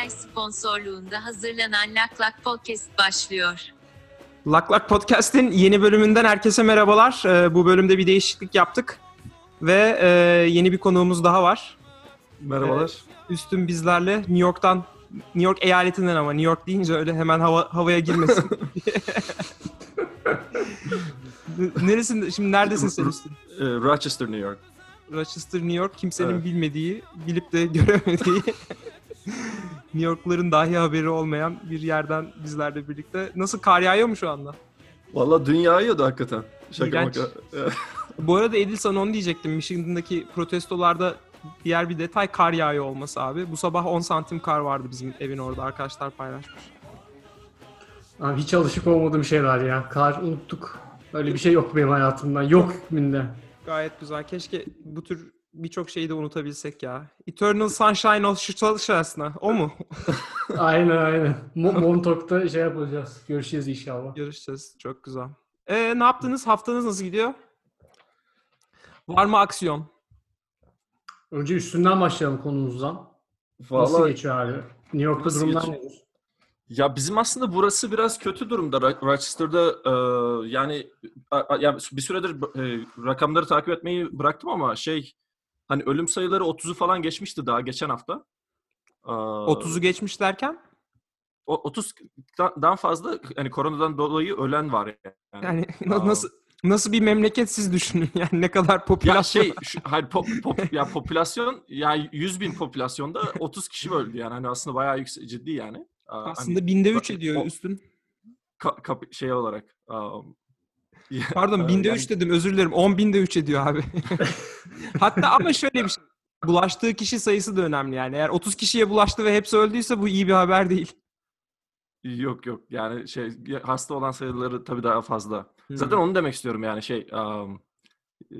Haber sponsorluğunda hazırlanan Lak Lak Podcast başlıyor. Lak Lak Podcast'in yeni bölümünden herkese merhabalar. Bu bölümde bir değişiklik yaptık ve yeni bir konuğumuz daha var. Merhabalar. Üstün bizlerle New York'tan, New York eyaletinden ama New York deyince öyle hemen havaya girmesin. Neresinde, şimdi neredesin sen Üstün? Rochester, New York. Rochester, New York, kimsenin Evet. bilmediği, bilip de göremediği, New York'ların dahi haberi olmayan bir yerden bizlerle birlikte. Nasıl, kar yağıyor mu şu anda? Valla dün yağıyordu hakikaten. Şaka İğrenç. maka. Bu arada Edil, sana onu diyecektim. Michigan'daki protestolarda diğer bir detay kar yağıyor olması abi. Bu sabah 10 santim kar vardı bizim evin orada. Arkadaşlar paylaşmış. Abi hiç alışık olmadığım şeyler ya. Kar unuttuk. Öyle bir şey yok benim hayatımdan. Yok hükmünde. Gayet güzel. Keşke bu tür birçok şeyi de unutabilsek ya. Eternal Sunshine of Shasna. O mu? Aynen. Montauk'ta şey yapacağız. Görüşeceğiz inşallah. Görüşeceğiz. Çok güzel. Ne yaptınız? Haftanız nasıl gidiyor? Var mı aksiyon? Önce üstünden başlayalım konumuzdan. Nasıl Valla geçiyor abi? New York'ta nasıl durumlar geçiyor? nedir? ya bizim aslında burası biraz kötü durumda. Rochester'da yani bir süredir rakamları takip etmeyi bıraktım ama hani ölüm sayıları 30'u falan geçmişti daha geçen hafta. 30'u geçmiş derken? 30'dan fazla hani koronadan dolayı ölen var yani. Yani Aa. nasıl bir memleket siz düşünün yani, ne kadar popülasyon. Hayır, popülasyon yani 100.000 popülasyonda 30 kişi öldü yani hani aslında bayağı yüksek, ciddi yani. Aslında Hani, binde 3 ediyor Üstün. şey olarak. Pardon, binde 3 dedim, özür dilerim. 10 binde 3 ediyor abi. Hatta ama şöyle bir şey. Bulaştığı kişi sayısı da önemli yani. Eğer 30 kişiye bulaştı ve hepsi öldüyse bu iyi bir haber değil. Yok yani hasta olan sayıları tabii daha fazla. Zaten onu demek istiyorum yani e,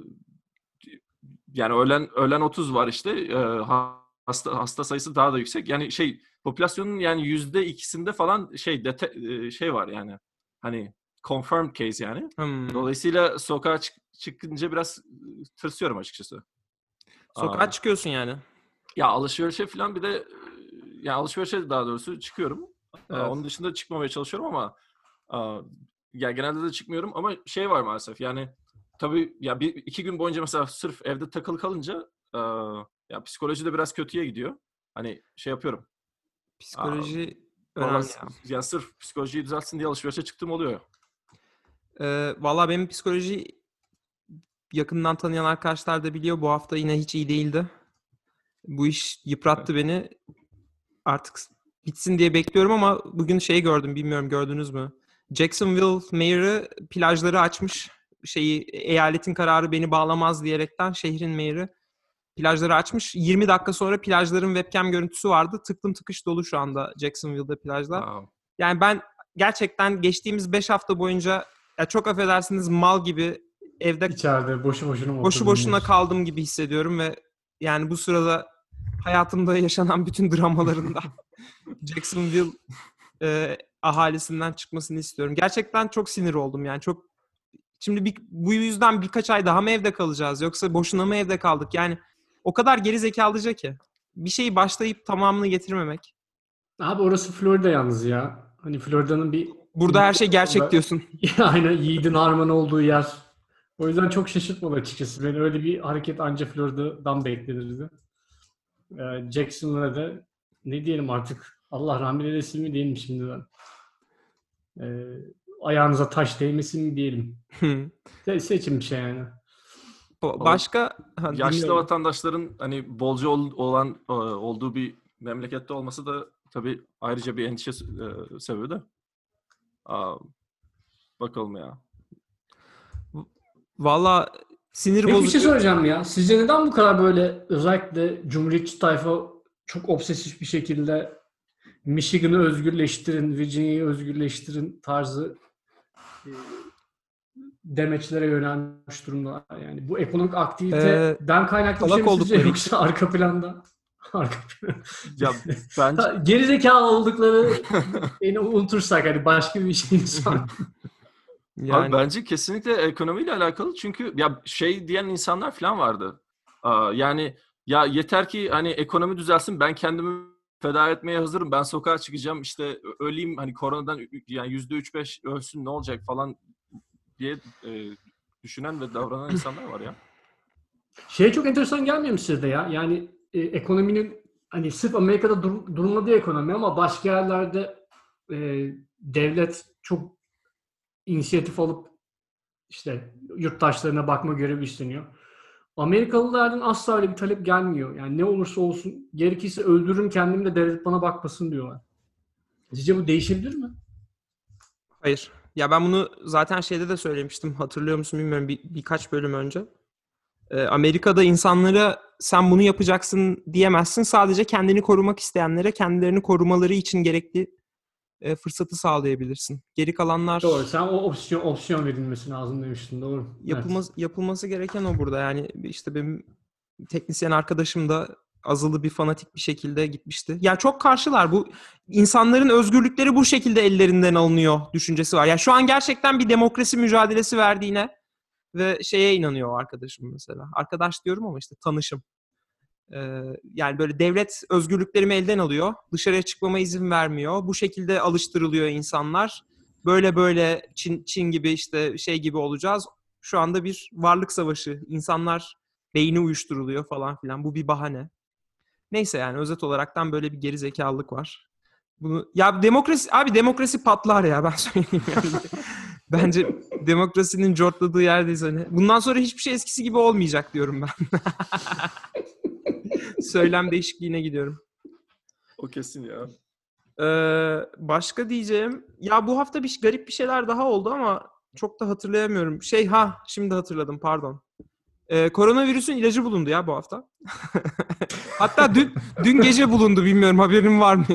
yani ölen 30 var işte. Hasta sayısı daha da yüksek. Yani popülasyonun yani %2'sinde falan şey var yani. Hani confirmed case yani. Dolayısıyla sokağa çıkınca biraz tırsıyorum açıkçası. Sokağa çıkıyorsun yani. Ya alışverişe falan bir de ya alışverişe daha doğrusu çıkıyorum. Evet. Onun dışında çıkmamaya çalışıyorum ama ya genelde de çıkmıyorum ama şey var maalesef yani tabii ya 2 gün boyunca mesela sırf evde takılı kalınca ya psikoloji de biraz kötüye gidiyor. Hani şey yapıyorum. Psikoloji önemli Vallahi ya. yani sırf psikolojiyi düzeltsin diye alışverişe çıktığım oluyor. Vallahi benim psikoloji yakından tanıyan arkadaşlar da biliyor. Bu hafta yine hiç iyi değildi. Bu iş yıprattı beni. Artık bitsin diye bekliyorum ama bugün gördüm, bilmiyorum gördünüz mü? Jacksonville Mayor'ı plajları açmış. Eyaletin kararı beni bağlamaz diyerekten şehrin mayor'ı plajları açmış. 20 dakika sonra plajların webcam görüntüsü vardı. Tıklım tıkış dolu şu anda Jacksonville'da plajlar. Yani ben gerçekten geçtiğimiz 5 hafta boyunca, ya çok affedersiniz, mal gibi evde İçeride boşu boşuna mı boşu oturdun boşuna diyorsun? kaldım gibi hissediyorum ve yani bu sırada hayatımda yaşanan bütün dramaların da Jacksonville ahalisinden çıkmasını istiyorum. Gerçekten çok sinir oldum yani. Şimdi bu yüzden birkaç ay daha mı evde kalacağız, yoksa boşuna mı evde kaldık? Yani o kadar geri zekalıca ki. Bir şeyi başlayıp tamamını getirmemek. Abi orası Florida yalnız ya. Hani Florida'nın bir Burada her şey gerçek diyorsun. Aynen, yiğidin harman olduğu yer. O yüzden çok şaşırtmadı açıkçası. Beni öyle bir hareket anca Florida'dan beklenirdi. Jackson'lara da ne diyelim artık, Allah rahmet eylesin mi diyelim şimdiden. Ayağınıza taş değmesin mi diyelim. Seçim bir şey yani. Başka Yaşlı dinliyorum. vatandaşların hani bolca olduğu bir memlekette olması da tabii ayrıca bir endişe sebebi de. Bakalım ya. Valla sinir Peki bir bozucu. şey soracağım ya. Sizce neden bu kadar böyle özellikle Cumhuriyetçi tayfa çok obsesif bir şekilde Michigan'ı özgürleştirin, Virginia'yı özgürleştirin tarzı demeçlere yönelmiş durumda. Yani bu ekonomik aktiviteden kaynaklı bir şey salak mi sizce, oldukları yoksa arka planda? Ya bence Gerizekalı oldukları beni unutursak hani başka bir şeyimiz var. Yani Abi bence kesinlikle ekonomiyle alakalı, çünkü ya diyen insanlar falan vardı. Yani ya yeter ki hani ekonomi düzelsin, ben kendimi feda etmeye hazırım. Ben sokağa çıkacağım işte öleyim hani koronadan yani %3-5 ölsün ne olacak falan diye düşünen ve davranan insanlar var ya. Çok enteresan gelmiyor mu size de ya? Yani ekonominin hani sırf Amerika'da durmadığı ekonomi ama başka yerlerde devlet çok inisiyatif alıp işte yurttaşlarına bakma görevi üstleniyor. Amerikalılardan asla öyle bir talep gelmiyor. Yani ne olursa olsun gerekirse öldürürüm kendimi de devlet bana bakmasın diyorlar. Sizce bu değişebilir mi? Hayır. Ya ben bunu zaten şeyde de söylemiştim. Hatırlıyor musun bilmiyorum. Birkaç bölüm önce. Amerika'da insanlara sen bunu yapacaksın diyemezsin. Sadece kendini korumak isteyenlere kendilerini korumaları için gerekli fırsatı sağlayabilirsin. Geri kalanlar... Doğru. Sen o opsiyon verilmesi lazım demiştin. Doğru. Yapılması gereken o burada. Yani işte benim teknisyen arkadaşım da azılı bir fanatik bir şekilde gitmişti. Yani çok karşılar. Bu insanların özgürlükleri bu şekilde ellerinden alınıyor düşüncesi var. Yani şu an gerçekten bir demokrasi mücadelesi verdiğine ve şeye inanıyor o arkadaşım mesela. Arkadaş diyorum ama işte tanışım. Yani böyle devlet özgürlüklerimi elden alıyor. Dışarıya çıkmama izin vermiyor. Bu şekilde alıştırılıyor insanlar. Böyle Çin gibi işte şey gibi olacağız. Şu anda bir varlık savaşı. İnsanlar beyni uyuşturuluyor falan filan. Bu bir bahane. Neyse yani özet olaraktan böyle bir gerizekalılık var. Ya demokrasi patlar ya ben söyleyeyim yani. Bence demokrasinin cortladığı yerdeyiz hani. Bundan sonra hiçbir şey eskisi gibi olmayacak diyorum ben. Söylem değişikliğine gidiyorum. O kesin ya. Başka diyeceğim. Ya bu hafta garip bir şeyler daha oldu ama çok da hatırlayamıyorum. Şimdi hatırladım pardon. Koronavirüsün ilacı bulundu ya bu hafta. Hatta dün gece bulundu bilmiyorum haberin var mı?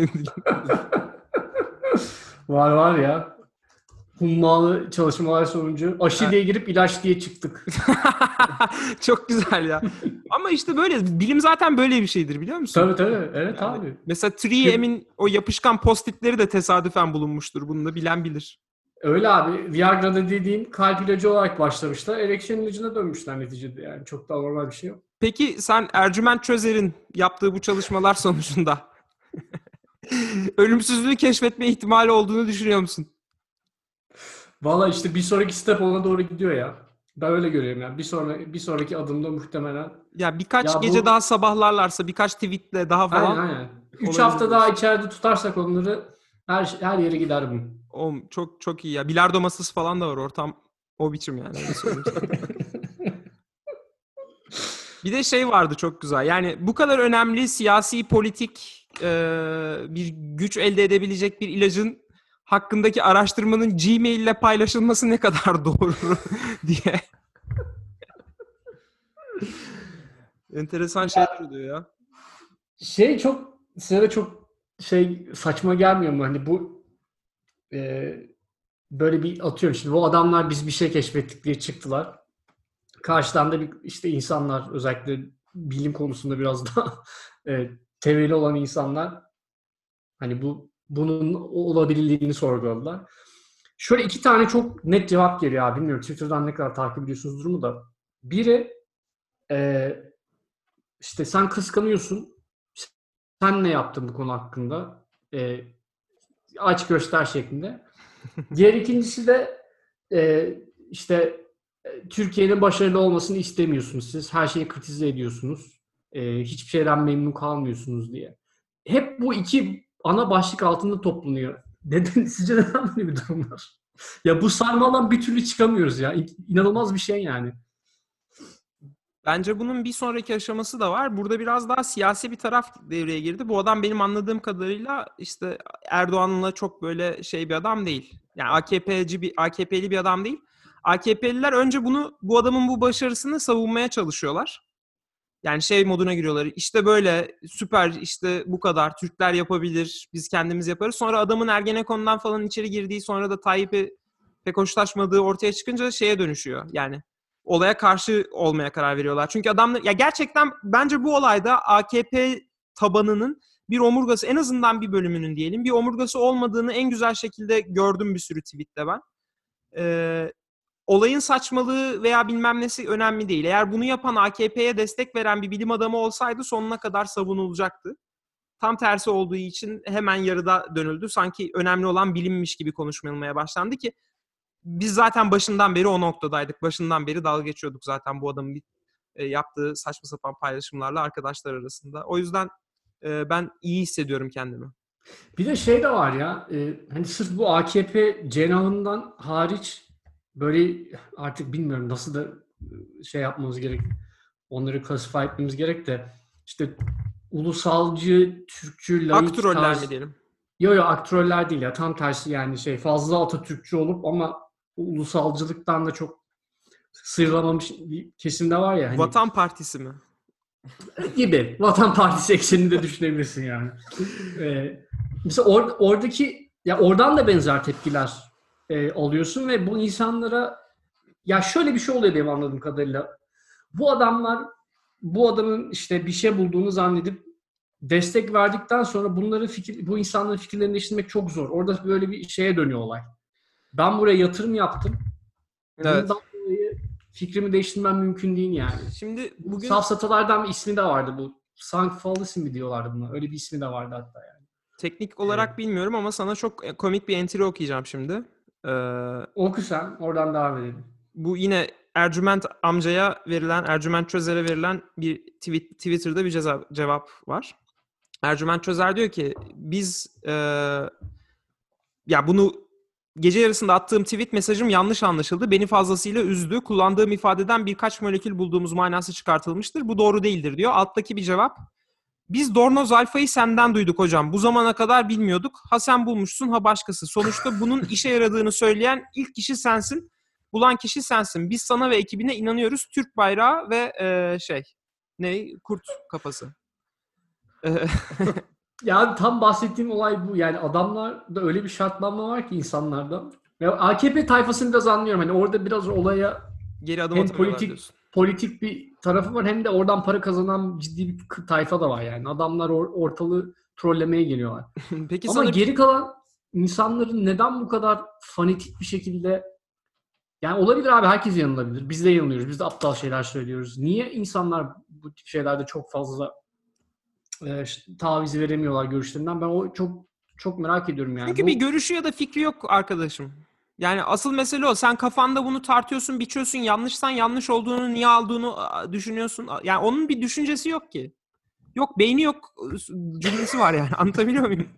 Var ya. Hummalı çalışmalar sonucu aşı diye girip ilaç diye çıktık. Çok güzel ya. Ama işte böyle bilim zaten böyle bir şeydir biliyor musun? Tabii. Evet yani, abi. Mesela 3M'in o yapışkan postitleri de tesadüfen bulunmuştur. Bunu da bilen bilir. Öyle abi. Viagra'da dediğin kalp ilacı olarak başlamışlar. Ereksiyon ilacına dönmüşler neticede. Yani çok da normal bir şey yok. Peki sen Ercüment Çözer'in yaptığı bu çalışmalar sonucunda ölümsüzlüğü keşfetme ihtimali olduğunu düşünüyor musun? Valla işte bir sonraki step ona doğru gidiyor ya. Ben öyle görüyorum yani. Bir sonraki adımda muhtemelen. Ya birkaç gece daha sabahlarlarsa birkaç tweetle daha falan. Aynen. 3 hafta daha içeride tutarsak onları her yere gider bu. O çok çok iyi ya. Bilardo masası falan da var ortam. O biçim yani. Öyle söyleyeyim sana. Bir de şey vardı çok güzel. Yani bu kadar önemli siyasi politik bir güç elde edebilecek bir ilacın hakkındaki araştırmanın Gmail ile paylaşılması ne kadar doğru diye. Enteresan şeyler oluyor ya. Çok size de çok saçma gelmiyor mu? Hani bu böyle bir atıyorum şimdi bu adamlar biz bir şey keşfettik diye çıktılar. Karşıdan da işte insanlar özellikle bilim konusunda biraz daha temeli olan insanlar hani bunun olabilirliğini sorguladılar. Şöyle 2 tane çok net cevap geliyor abi. Bilmiyorum Twitter'dan ne kadar takip ediyorsunuz durumu da. Biri işte sen kıskanıyorsun. Sen ne yaptın bu konu hakkında? Aç göster şeklinde. Diğer ikincisi de işte Türkiye'nin başarılı olmasını istemiyorsunuz siz. Her şeyi kritize ediyorsunuz. Hiçbir şeyden memnun kalmıyorsunuz diye. Hep bu iki ana başlık altında toplanıyor. Sizce neden böyle bir durum var? Ya bu sarmaldan bir türlü çıkamıyoruz ya. İnanılmaz bir şey yani. Bence bunun bir sonraki aşaması da var. Burada biraz daha siyasi bir taraf devreye girdi. Bu adam benim anladığım kadarıyla işte Erdoğan'la çok böyle bir adam değil. Yani AKP'li bir adam değil. AKP'liler önce bu adamın bu başarısını savunmaya çalışıyorlar. Yani moduna giriyorlar. İşte böyle süper işte bu kadar Türkler yapabilir. Biz kendimiz yaparız. Sonra adamın Ergenekon'dan falan içeri girdiği sonra da Tayyip'i pek hoşlaşmadığı ortaya çıkınca dönüşüyor. Yani olaya karşı olmaya karar veriyorlar. Çünkü adamlar ya gerçekten bence bu olayda AKP tabanının bir omurgası en azından bir bölümünün diyelim bir omurgası olmadığını en güzel şekilde gördüm bir sürü tweette ben. Olayın saçmalığı veya bilmem nesi önemli değil. Eğer bunu yapan AKP'ye destek veren bir bilim adamı olsaydı sonuna kadar savunulacaktı. tam tersi olduğu için hemen yarıda dönüldü. Sanki önemli olan bilimmiş gibi konuşulmaya başlandı ki biz zaten başından beri o noktadaydık. Başından beri dalga geçiyorduk zaten bu adamın yaptığı saçma sapan paylaşımlarla arkadaşlar arasında. O yüzden ben iyi hissediyorum kendimi. Bir de şey de var ya, hani sırf bu AKP cenahından hariç böyle artık bilmiyorum nasıl da şey yapmamız gerek, onları klasify etmemiz gerek de işte ulusalcı, Türkçü, laik Aktroller mi diyelim? Yok aktroller değil ya, tam tersi yani şey fazla Atatürkçü olup ama ulusalcılıktan da çok sıyrılamamış bir kesim de var ya. Hani, Vatan Partisi mi? gibi. Vatan Partisi ekseninde düşünebilirsin yani. Mesela oradaki ya oradan da benzer tepkiler alıyorsun ve bu insanlara ya şöyle bir şey oluyor benim anladığım kadarıyla. Bu adamlar bu adamın işte bir şey bulduğunu zannedip destek verdikten sonra bu insanların fikirlerini değiştirmek çok zor. Orada böyle bir şeye dönüyor olay. Ben buraya yatırım yaptım. Evet. Bundan dolayı fikrimi değiştirmem mümkün değil yani. Şimdi bugün Safsatalardan bir ismi de vardı bu. Sunk Fallacy mi diyorlardı buna? Öyle bir ismi de vardı hatta yani. teknik olarak bilmiyorum ama sana çok komik bir entry okuyacağım şimdi. Oku sen. Oradan devam edelim. Bu yine Ercüment amcaya verilen, Ercüment Çözer'e verilen bir Twitter'da bir cevap var. Ercüment Çözer diyor ki biz ya bunu gece yarısında attığım tweet mesajım yanlış anlaşıldı. Beni fazlasıyla üzdü. Kullandığım ifadeden birkaç molekül bulduğumuz manası çıkartılmıştır. Bu doğru değildir diyor. Alttaki bir cevap. Biz Dornoz Alfa'yı senden duyduk hocam. Bu zamana kadar bilmiyorduk. Ha sen bulmuşsun ha başkası. Sonuçta bunun işe yaradığını söyleyen ilk kişi sensin. Bulan kişi sensin. Biz sana ve ekibine inanıyoruz. Türk bayrağı ve kurt kafası. Ya tam bahsettiğim olay bu. Yani adamlarda öyle bir şartlanma var ki insanlarda. Ya AKP tayfasını biraz anlıyorum. Hani orada biraz olaya Geri adım hem atamıyorlar diyorsun. politik bir tarafı var hem de oradan para kazanan ciddi bir tayfa da var yani. Adamlar ortalığı trollemeye geliyorlar. Peki Ama sana geri kalan insanların neden bu kadar fanatik bir şekilde yani olabilir abi herkes yanılabilir. Biz de yanılıyoruz. Biz de aptal şeyler söylüyoruz. Niye insanlar bu tip şeylerde çok fazla taviz veremiyorlar görüşlerinden? Ben o çok merak ediyorum yani. Çünkü bir görüşü ya da fikri yok arkadaşım. Yani asıl mesele o. Sen kafanda bunu tartıyorsun, biçiyorsun. Yanlışsan yanlış olduğunu, niye aldığını düşünüyorsun. Yani onun bir düşüncesi yok ki. Yok, beyni yok cümlesi var yani. Anlatabiliyor muyum?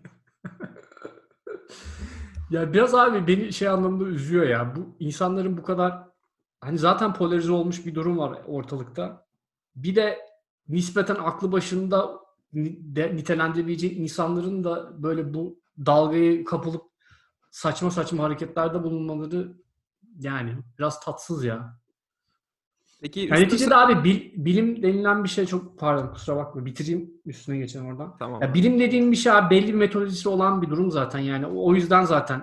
Ya biraz abi beni şey anlamda üzüyor ya. Bu insanların bu kadar hani zaten polarize olmuş bir durum var ortalıkta. Bir de nispeten aklı başında nitelendirebilecek insanların da böyle bu dalgaya kapılıp saçma saçma hareketlerde bulunmaları yani biraz tatsız ya. Peki Yani neticede abi bilim denilen bir şey çok pardon kusura bakma bitireyim üstüne geçelim oradan. Tamam. Ya bilim dediğim bir şey abi belli bir metodolojisi olan bir durum zaten yani o yüzden zaten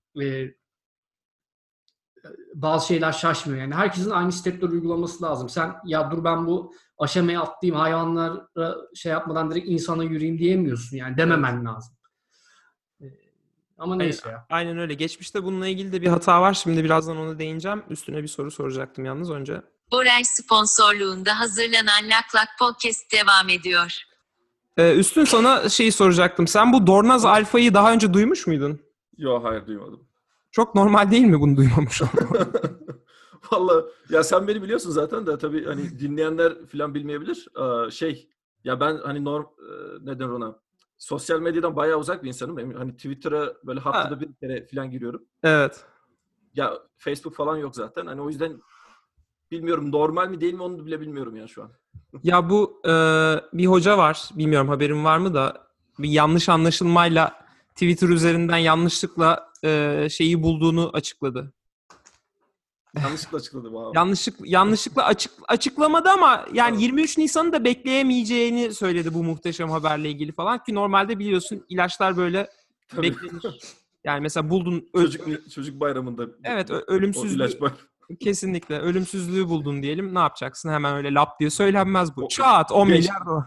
bazı şeyler şaşmıyor yani herkesin aynı stepleri uygulaması lazım. Sen ya dur ben bu aşamayı atlayayım hayvanlara şey yapmadan direkt insana yürüyeyim diyemiyorsun yani dememen lazım. Ama neyse ya. Aynen öyle. Geçmişte bununla ilgili de bir hata var. Şimdi birazdan ona değineceğim. Üstüne bir soru soracaktım yalnız önce. Borel sponsorluğunda hazırlanan Lak Lak Podcast devam ediyor. Üstün sana şeyi soracaktım. Sen bu Dornaz Alfa'yı daha önce duymuş muydun? Yok hayır duymadım. Çok normal değil mi bunu duymamış olman? Vallahi ya sen beni biliyorsun zaten de tabii hani dinleyenler falan bilmeyebilir. Ya ben hani neden ona sosyal medyadan bayağı uzak bir insanım. Benim hani Twitter'a böyle haftada bir kere falan giriyorum. Evet. Ya Facebook falan yok zaten. Hani o yüzden bilmiyorum normal mi değil mi onu bile bilmiyorum ya şu an. Ya bu bir hoca var. Bilmiyorum haberin var mı da bir yanlış anlaşılmayla Twitter üzerinden yanlışlıkla şeyi bulduğunu açıkladı. Yanlışlıkla açıkladım abi. Yanlışlıkla açıklamadı ama yani 23 Nisan'ı da bekleyemeyeceğini söyledi bu muhteşem haberle ilgili falan ki normalde biliyorsun ilaçlar böyle beklenir. Yani mesela buldun çocuk bayramında. Evet, ölümsüzlüğü. ilaç var. Kesinlikle ölümsüzlüğü buldun diyelim. Ne yapacaksın? Hemen öyle lap diye söylenmez bu. Çat 10 milyar dolar.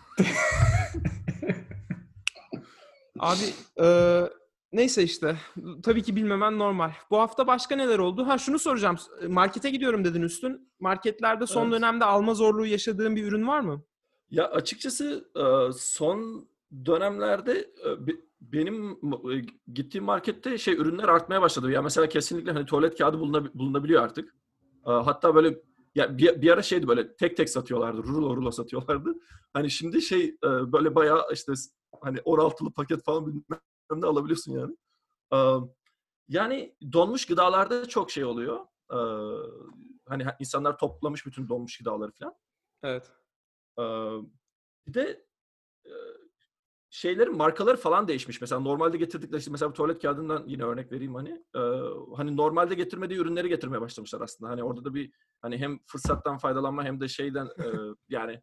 Abi neyse işte. Tabii ki bilmemen normal. Bu hafta başka neler oldu? Şunu soracağım. Markete gidiyorum dedin Üstün. Marketlerde son dönemde alma zorluğu yaşadığın bir ürün var mı? Ya açıkçası son dönemlerde benim gittiğim markette ürünler artmaya başladı. Ya mesela kesinlikle hani tuvalet kağıdı bulunabiliyor artık. Hatta böyle ya bir ara şeydi, böyle tek tek satıyorlardı. Rulo satıyorlardı. Hani şimdi böyle bayağı işte hani 16'lı paket falan bilmem ne alabiliyorsun yani. Yani donmuş gıdalarda çok şey oluyor. Hani insanlar toplamış bütün donmuş gıdaları falan. Evet. Bir de şeylerin markaları falan değişmiş. Mesela normalde getirdikleri, işte mesela tuvalet kağıdından yine örnek vereyim hani. Hani normalde getirmediği ürünleri getirmeye başlamışlar aslında. Hani orada da bir hani hem fırsattan faydalanma hem de şeyden yani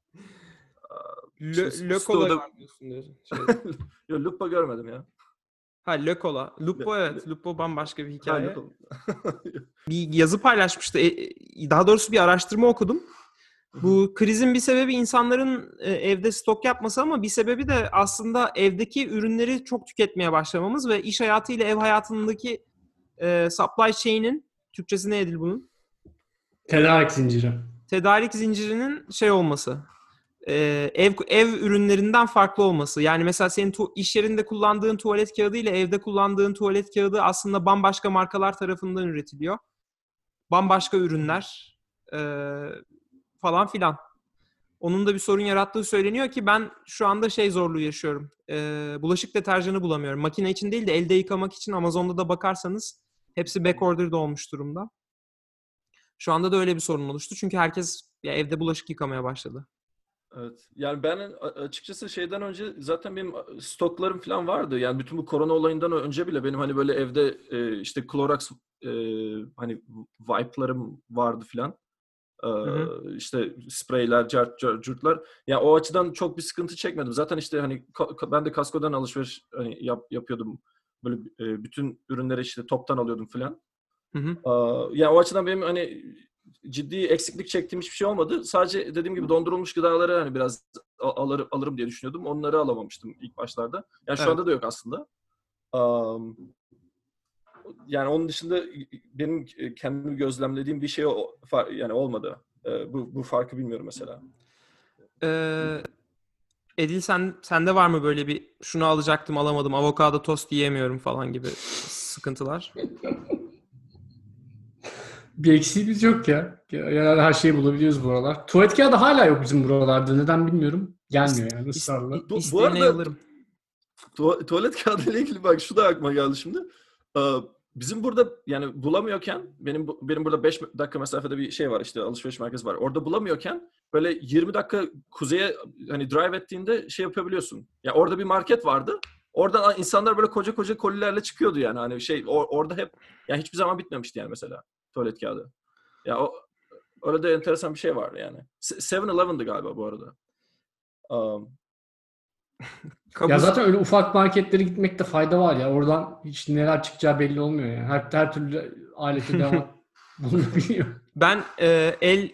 işte Le Cola stoğda... diyorsun. Yok, Lupa görmedim ya. Ha, Le Cola. Lupo evet. Lupo bambaşka bir hikaye. Lupa. Bir yazı paylaşmıştı. Daha doğrusu bir araştırma okudum. Bu krizin bir sebebi insanların evde stok yapması ama bir sebebi de aslında evdeki ürünleri çok tüketmeye başlamamız ve iş hayatı ile ev hayatındaki supply chain'in, Türkçesi ne Edil bunun? Tedarik zinciri. Tedarik zincirinin olması. Ev ürünlerinden farklı olması. Yani mesela senin iş yerinde kullandığın tuvalet kağıdı ile evde kullandığın tuvalet kağıdı aslında bambaşka markalar tarafından üretiliyor. Bambaşka ürünler falan filan. Onun da bir sorun yarattığı söyleniyor ki ben şu anda zorluğu yaşıyorum. Bulaşık deterjanı bulamıyorum. Makine için değil de elde yıkamak için Amazon'da da bakarsanız hepsi backorder'da olmuş durumda. Şu anda da öyle bir sorun oluştu. Çünkü herkes evde bulaşık yıkamaya başladı. Evet. Yani ben açıkçası şeyden önce zaten benim stoklarım falan vardı. Yani bütün bu korona olayından önce bile benim hani böyle evde işte Clorox hani wipe'larım vardı falan. İşte spreyler, curtlar. Yani o açıdan çok bir sıkıntı çekmedim. Zaten işte hani ben de Costco'dan alışveriş hani yapıyordum. Böyle bütün ürünleri işte toptan alıyordum falan. Yani o açıdan benim hani ciddi eksiklik çektiğim hiçbir şey olmadı. Sadece dediğim gibi dondurulmuş gıdaları hani biraz alırım diye düşünüyordum. Onları alamamıştım ilk başlarda. Yani şu anda da yok aslında. Yani onun dışında benim kendimi gözlemlediğim bir şey yani olmadı. Bu farkı bilmiyorum mesela. Edil sende var mı böyle bir şunu alacaktım alamadım, avokado tost yiyemiyorum falan gibi sıkıntılar? Bir eksiğimiz yok ya. Yani her şeyi bulabiliyoruz bu aralar. Tuvalet kağıdı hala yok bizim buralarda. Neden bilmiyorum. Gelmiyor yani ısrarla. Bu İsteğine arada yollarım. tuvalet kağıdı ile ilgili bak şu da aklıma geldi şimdi. Bizim burada yani bulamıyorken benim burada 5 dakika mesafede bir şey var, işte alışveriş merkezi var. Orada bulamıyorken böyle 20 dakika kuzeye hani drive ettiğinde yapabiliyorsun. Ya orada bir market vardı. Oradan insanlar böyle koca koca kolilerle çıkıyordu yani. Hani orada hep yani hiçbir zaman bitmemişti yani mesela tuvalet kağıdı. Ya orada enteresan bir şey vardı yani. 7-Eleven'dı galiba bu arada. Ya zaten öyle ufak marketlere gitmekte fayda var ya. Oradan hiç neler çıkacağı belli olmuyor yani. Her türlü aleti devam bulunabiliyor. Ben el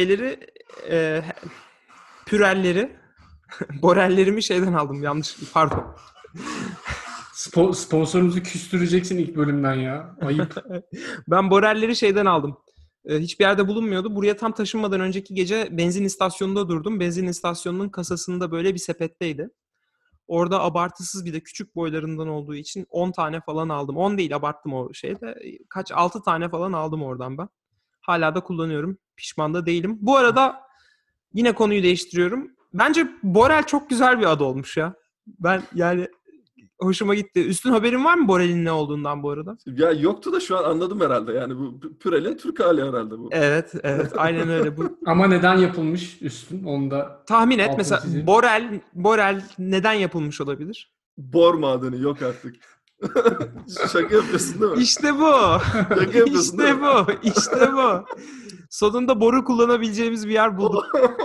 pürelleri, borellerimi aldım. Yanlış, pardon. Sponsorumuzu küstüreceksin ilk bölümden ya. Ayıp. Ben borelleri aldım. Hiçbir yerde bulunmuyordu. Buraya tam taşınmadan önceki gece benzin istasyonunda durdum. Benzin istasyonunun kasasında böyle bir sepetteydi. Orada abartısız bir de küçük boylarından olduğu için 10 tane falan aldım. 10 değil, abarttım o şeyde. 6 tane falan aldım oradan ben. Hala da kullanıyorum. Pişman da değilim. Bu arada yine konuyu değiştiriyorum. Bence Borel çok güzel bir adı olmuş ya. Ben yani hoşuma gitti. Üstün haberin var mı Borel'in ne olduğundan bu arada? Ya yoktu da şu an anladım herhalde. Yani bu pürelin Türk hali herhalde bu. Evet, aynen öyle. Bu Ama neden yapılmış üstün? Onu da tahmin et mesela çizeyim. Borel neden yapılmış olabilir? Bor madeni yok artık. Şaka yapıyorsun değil mi? İşte bu. Şaka yapıyorsun değil mi? İşte bu. Sonunda boru kullanabileceğimiz bir yer bulduk.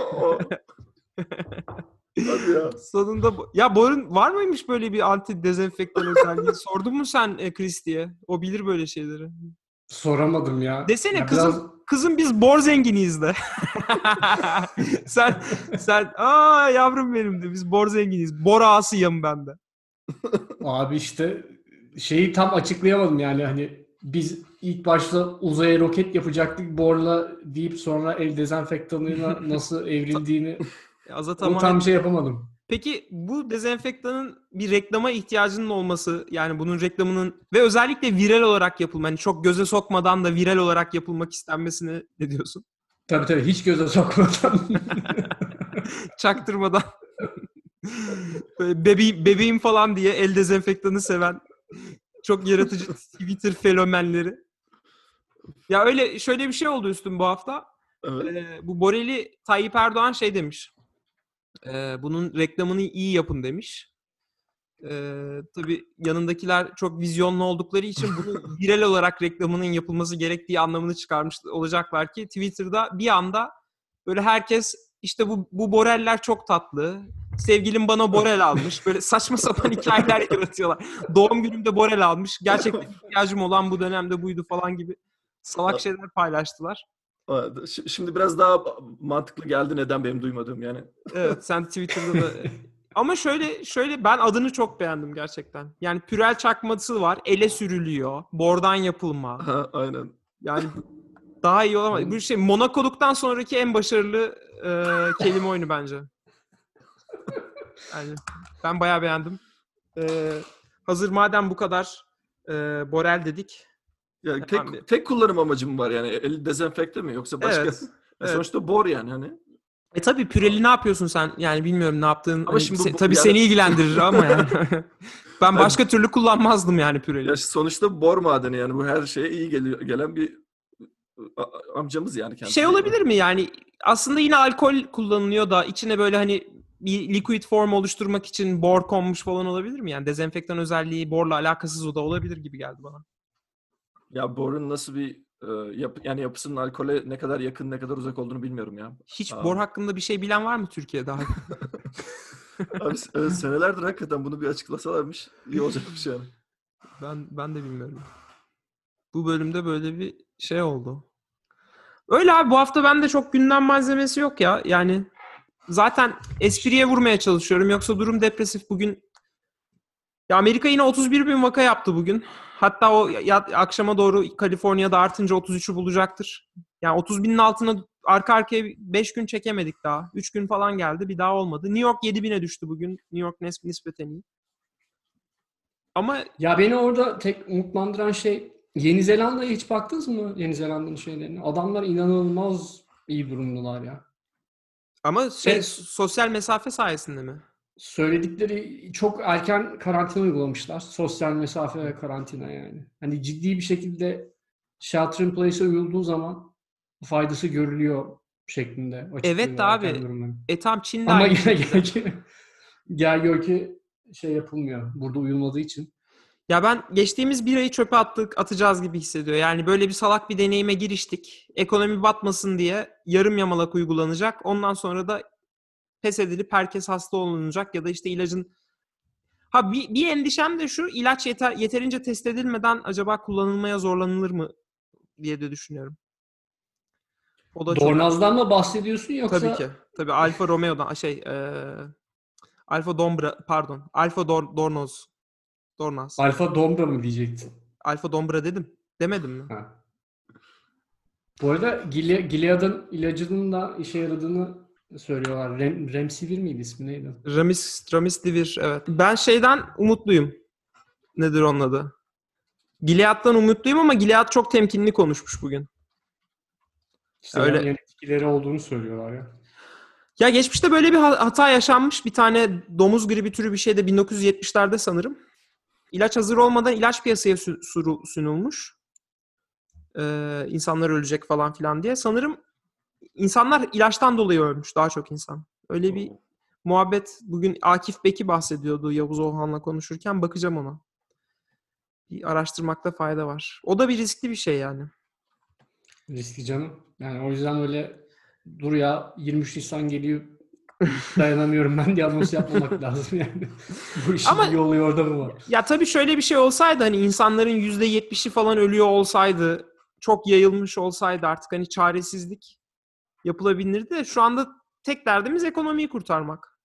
Hadi ya. Sonunda ya borun var mıymış böyle bir anti dezenfektan özelliği? Sordun mu sen Christie'ye? O bilir böyle şeyleri. Soramadım ya. Desene ya kızım biz bor zenginiyiz de. sen yavrum benim de biz bor zenginiyiz. Bor ağasıyım ben de. Abi işte şeyi tam açıklayamadım yani hani biz ilk başta uzaya roket yapacaktık borla deyip sonra el dezenfektanıyla nasıl evrildiğini Azat onu tam bir şey yapamadım. Peki bu dezenfektanın bir reklama ihtiyacının olması, yani bunun reklamının ve özellikle viral olarak yapılma, hani çok göze sokmadan da viral olarak yapılmak istenmesine ne diyorsun? Tabii hiç göze sokmadan. Çaktırmadan. Böyle bebeğim falan diye el dezenfektanı seven çok yaratıcı Twitter fenomenleri. Ya öyle şöyle bir şey oldu üstüm bu hafta. Evet. Bu Borel'i Tayyip Erdoğan şey demiş. Bunun reklamını iyi yapın demiş. Tabii yanındakiler çok vizyonlu oldukları için bunun viral olarak reklamının yapılması gerektiği anlamını çıkarmış olacaklar ki Twitter'da bir anda böyle herkes işte bu Boreller çok tatlı. Sevgilim bana Borel almış. Böyle saçma sapan hikayeler yaratıyorlar. Doğum günümde Borel almış. Gerçekten ihtiyacım olan bu dönemde buydu falan gibi salak şeyler paylaştılar. Şimdi biraz daha mantıklı geldi neden benim duymadığım yani. Evet, sen Twitter'da da... Ama şöyle ben adını çok beğendim gerçekten. Yani pürel çakması var, ele sürülüyor, bordan yapılma. Ha, aynen. Yani daha iyi olamaz. Bu şey Monaco'luktan sonraki en başarılı kelime oyunu bence. Yani ben bayağı beğendim. Hazır madem bu kadar Borel dedik. Ya tek kullanım amacım var yani. El dezenfekte mi yoksa başka? Evet. Evet. Sonuçta bor yani hani. Tabii püreli ne yapıyorsun sen? Yani bilmiyorum ne yaptığın. Ama Hani şimdi tabii yani... seni ilgilendirir ama yani. Ben başka türlü kullanmazdım yani püreli. Ya sonuçta bor madeni yani bu her şeye iyi gelen bir amcamız yani kendisi. Şey olabilir mi yani aslında yine alkol kullanılıyor da içine böyle hani bir liquid form oluşturmak için bor konmuş falan olabilir mi? Yani dezenfektan özelliği borla alakasız o da olabilir gibi geldi bana. Ya borun nasıl bir yani yapısının alkole ne kadar yakın ne kadar uzak olduğunu bilmiyorum ya. Hiç bor hakkında bir şey bilen var mı Türkiye'de? Abi senelerdir hakikaten bunu bir açıklasalarmış iyi olacakmış yani. Ben de bilmiyorum. Bu bölümde böyle bir şey oldu. Öyle abi bu hafta bende çok gündem malzemesi yok ya. Yani zaten espriye vurmaya çalışıyorum. Yoksa durum depresif bugün. Ya Amerika yine 31 bin vaka yaptı bugün. Hatta o akşama doğru Kaliforniya'da artınca 33'ü bulacaktır. Yani 30 binin altına arka arkaya 5 gün çekemedik daha. 3 gün falan geldi bir daha olmadı. New York 7 bine düştü bugün. New York nispeten iyi. Ama Ya beni orada tek umutlandıran şey Yeni Zelanda'ya hiç baktınız mı? Yeni Zelanda'nın şeylerine. Adamlar inanılmaz iyi durumdalar ya. ama sosyal mesafe sayesinde mi? Söyledikleri çok erken karantina uygulamışlar. Sosyal mesafe ve karantina yani. Hani ciddi bir şekilde shelter in place'e uyulduğu zaman faydası görülüyor şeklinde Evet abi. Tam Çin'de ama aynı yine gel gör ki şey yapılmıyor. Burada uyulmadığı için. Ya ben geçtiğimiz bir ayı çöpe atacağız gibi hissediyor. Yani böyle bir salak bir deneyime giriştik. Ekonomi batmasın diye yarım yamalak uygulanacak. Ondan sonra da pes edilip herkes hasta olunacak ya da işte ilacın... Ha bir endişem de şu, ilaç yeterince test edilmeden acaba kullanılmaya zorlanılır mı diye de düşünüyorum. O da Dornaz'dan mı bahsediyorsun yoksa? Tabii ki. Tabii Alfa Romeo'dan Alfa Dombra pardon. Alfa Dornoz. Dornaz. Alfa Dombra mı diyecektin? Alfa Dombra dedim. Demedim mi? Ha. Bu arada Gilead'ın ilacının da işe yaradığını söylüyorlar. Remsivir miydi ismi neydi? Remdesivir evet. Ben şeyden umutluyum. Nedir onun adı? Gilead'dan umutluyum ama Gilead çok temkinli konuşmuş bugün. İşte öyle. Yan etkileri olduğunu söylüyorlar ya. Ya geçmişte böyle bir hata yaşanmış. Bir tane domuz gribi türü bir şeyde 1970'lerde sanırım. İlaç hazır olmadan ilaç piyasaya sunulmuş. İnsanlar ölecek falan filan diye. Sanırım insanlar ilaçtan dolayı ölmüş. Daha çok insan. Öyle bir muhabbet. Bugün Akif Beki bahsediyordu Yavuz Oğan'la konuşurken. Bakacağım ona. Bir araştırmakta fayda var. O da bir riskli bir şey yani. Riskli canım. Yani o yüzden öyle dur ya 23 Nisan geliyor dayanamıyorum ben diye anons yapmamak lazım yani. Bu işin Ama, bir yolu orada mı var? Ya tabii şöyle bir şey olsaydı hani insanların %70'i falan ölüyor olsaydı, çok yayılmış olsaydı artık hani çaresizlik yapılabilirdi de şu anda tek derdimiz ekonomiyi kurtarmak.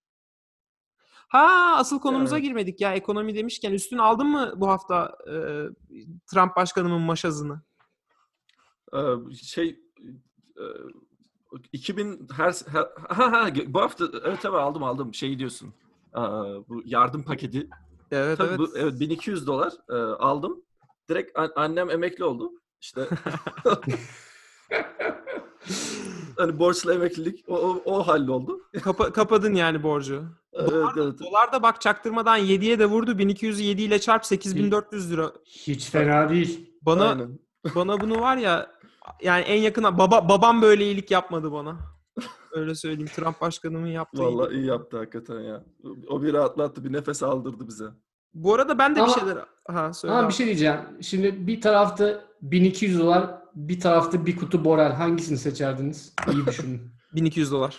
Asıl konumuza girmedik ya. Ekonomi demişken üstüne aldın mı bu hafta Trump başkanımın maşazını? 2000 bu hafta evet aldım şeyi diyorsun. Bu yardım paketi. Evet, Tabii evet. bu, evet, $1200 aldım. Direkt annem emekli oldu. İşte hani borçlu emeklilik o halloldu. Kapadın yani borcu. Evet, evet. Dolar da bak çaktırmadan 7'ye de vurdu. 1200'ü 7 ile çarp 8400 lira. Hiç fena değil. Aynen. Bana bunu var ya, yani en yakına babam böyle iyilik yapmadı bana. Öyle söyleyeyim. Trump başkanımın yaptığı Vallahi iyilik. iyi yaptı hakikaten ya. O bir rahatlattı, bir nefes aldırdı bize. Bu arada ben de bir Ama- şeyler... söyle Ama abi. bir şey diyeceğim. Şimdi bir tarafta $1200, bir tarafta bir kutu Borel. Hangisini seçerdiniz? İyi düşünün. $1200.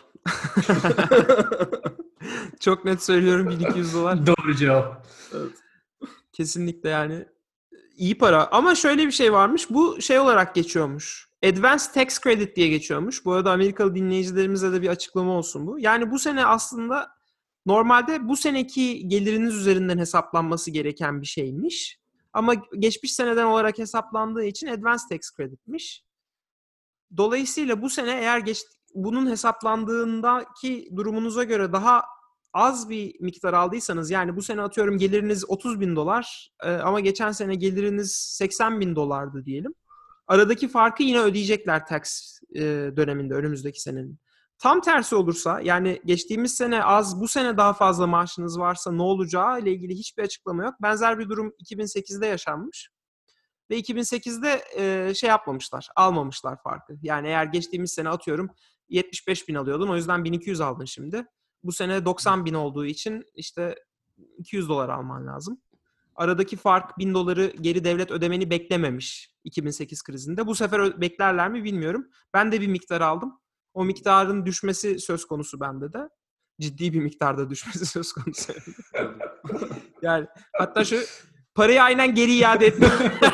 Çok net söylüyorum, $1200. Doğru cevap. Evet. Kesinlikle yani. İyi para. Ama şöyle bir şey varmış. Bu şey olarak geçiyormuş. Advanced Tax Credit diye geçiyormuş. Bu arada Amerikalı dinleyicilerimize de bir açıklama olsun bu. Yani bu sene aslında normalde bu seneki geliriniz üzerinden hesaplanması gereken bir şeymiş. Ama geçmiş seneden olarak hesaplandığı için Advanced Tax Credit'miş. Dolayısıyla bu sene eğer bunun hesaplandığındaki durumunuza göre daha az bir miktar aldıysanız, yani bu sene atıyorum geliriniz $30.000 ama geçen sene geliriniz $80.000 diyelim. Aradaki farkı yine ödeyecekler tax döneminde, önümüzdeki senenin. Tam tersi olursa, yani geçtiğimiz sene az, bu sene daha fazla maaşınız varsa ne olacağı ile ilgili hiçbir açıklama yok. Benzer bir durum 2008'de yaşanmış. Ve 2008'de şey yapmamışlar, almamışlar farkı. Yani eğer geçtiğimiz sene atıyorum 75.000 alıyordun, o yüzden 1200 aldın şimdi. Bu sene 90.000 olduğu için işte $200 alman lazım. Aradaki fark $1.000 geri devlet ödemeni beklememiş 2008 krizinde. Bu sefer beklerler mi bilmiyorum. Ben de bir miktar aldım. O miktarın düşmesi söz konusu bende de. Ciddi bir miktarda düşmesi söz konusu. Yani hatta şu parayı aynen geri iade etme.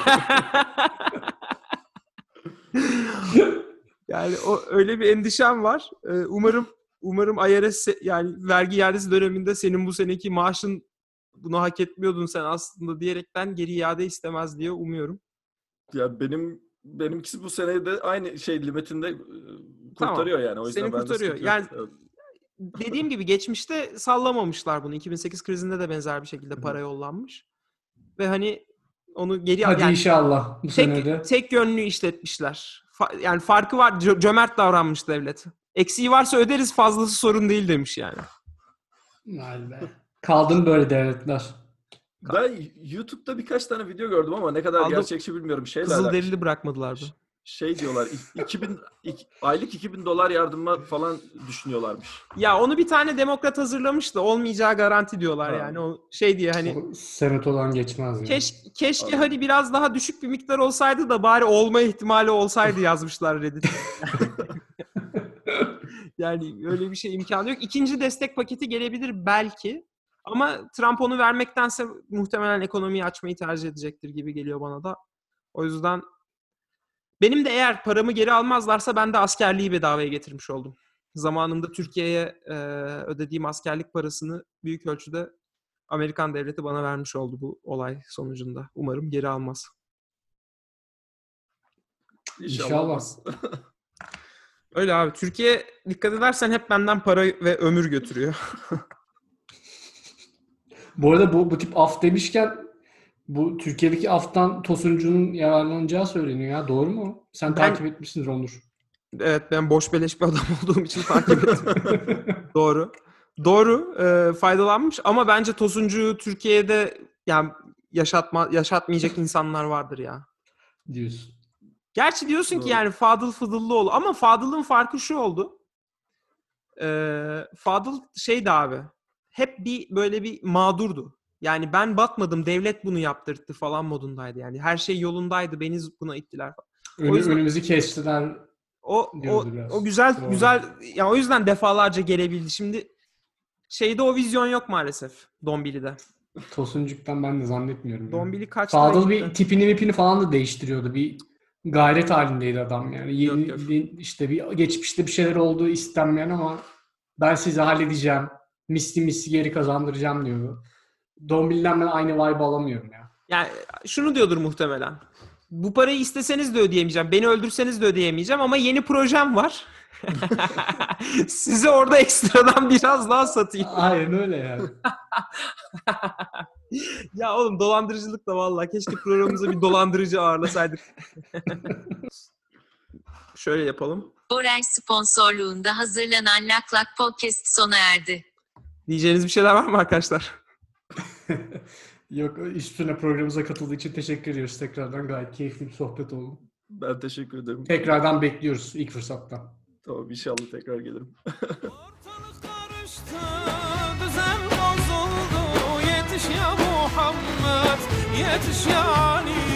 Yani öyle bir endişem var. Umarım IRS, yani vergi iadesi döneminde senin bu seneki maaşın bunu hak etmiyordun sen aslında diyerekten geri iade istemez diye umuyorum. Ya benimkisi bu senede de aynı şey limitinde kurtarıyor yani. O yüzden seni bende kurtarıyor. sıkıntı yok. Yani Evet. dediğim gibi geçmişte sallamamışlar bunu. 2008 krizinde de benzer bir şekilde para yollanmış. Ve hani onu geri Hadi yani inşallah bu senede. tek yönlü işletmişler. Yani farkı var. Cömert davranmış devlet. Eksiği varsa öderiz, fazlası sorun değil demiş yani. Vay be. Kaldım böyle devletler. Ben YouTube'da birkaç tane video gördüm ama ne kadar gerçekçi bilmiyorum. Kızılderili bırakmadılardı. Şey diyorlar, aylık $2.000 yardıma falan düşünüyorlarmış. Ya onu bir tane demokrat hazırlamıştı. Olmayacağı garanti diyorlar yani. O şey diye hani O senet olan geçmez ya. keşke hani biraz daha düşük bir miktar olsaydı da bari olma ihtimali olsaydı yazmışlar Reddit'te. Yani öyle bir şey imkanı yok. İkinci destek paketi gelebilir belki. Ama Trump onu vermektense muhtemelen ekonomiyi açmayı tercih edecektir gibi geliyor bana da. O yüzden benim de eğer paramı geri almazlarsa ben de askerliği bedavaya getirmiş oldum. Zamanında Türkiye'ye ödediğim askerlik parasını büyük ölçüde Amerikan devleti bana vermiş oldu bu olay sonucunda. Umarım geri almaz. İnşallah. Öyle abi. Türkiye dikkat edersen hep benden para ve ömür götürüyor. Bu arada bu tip af demişken bu Türkiye'deki aftan Tosuncu'nun yararlanacağı söyleniyor ya. Doğru mu? Sen takip etmişsindir Onur. Evet, ben boş beleş bir adam olduğum için takip ettim. Doğru. Faydalanmış ama bence Tosuncu'yu Türkiye'de yani yaşatmayacak insanlar vardır ya. Diyorsun. Gerçi diyorsun Doğru. ki yani Fadıl Fıdıllıoğlu ama Fadıl'ın farkı şu oldu. Fadıl şeydi abi. Hep böyle bir mağdurdu. Yani ben batmadım, devlet bunu yaptırdı falan modundaydı yani. Her şey yolundaydı, beni buna ittiler falan. Önümüzü kestiler. O güzel yani o yüzden defalarca gelebildi. Şimdi şeyde o vizyon yok maalesef Dombili'de. Tosuncuk'tan ben de zannetmiyorum. Dombili kaçtı. Fadıl bir tipini falan da değiştiriyordu. Bir gayret halindeydi adam yani. Yok. İşte bir geçmişte bir şeyler olduğu istenmeyen ama ben sizi halledeceğim. Misli geri kazandıracağım diyordu. Dombili'den ben aynı vibe alamıyorum ya. Yani şunu diyordur muhtemelen. Bu parayı isteseniz de ödeyemeyeceğim. Beni öldürseniz de ödeyemeyeceğim ama yeni projem var. Size orada ekstradan biraz daha satayım. Aynen öyle yani. Ya oğlum dolandırıcılık da vallahi keşke programımıza bir dolandırıcı ağırlasaydık. Şöyle yapalım. Borel sponsorluğunda hazırlanan Lak Lak Podcast sona erdi. Diyeceğiniz bir şeyler var mı arkadaşlar? Yok, üstüne programımıza katıldığı için teşekkür ediyoruz tekrardan. Gayet keyifli bir sohbet oldu. Ben teşekkür ederim. Tekrardan bekliyoruz ilk fırsatta. Tamam, inşallah tekrar gelirim. Ortalık karıştı, düzen bozuldu. Yetiş ya Muhammed, yetiş ya Ali.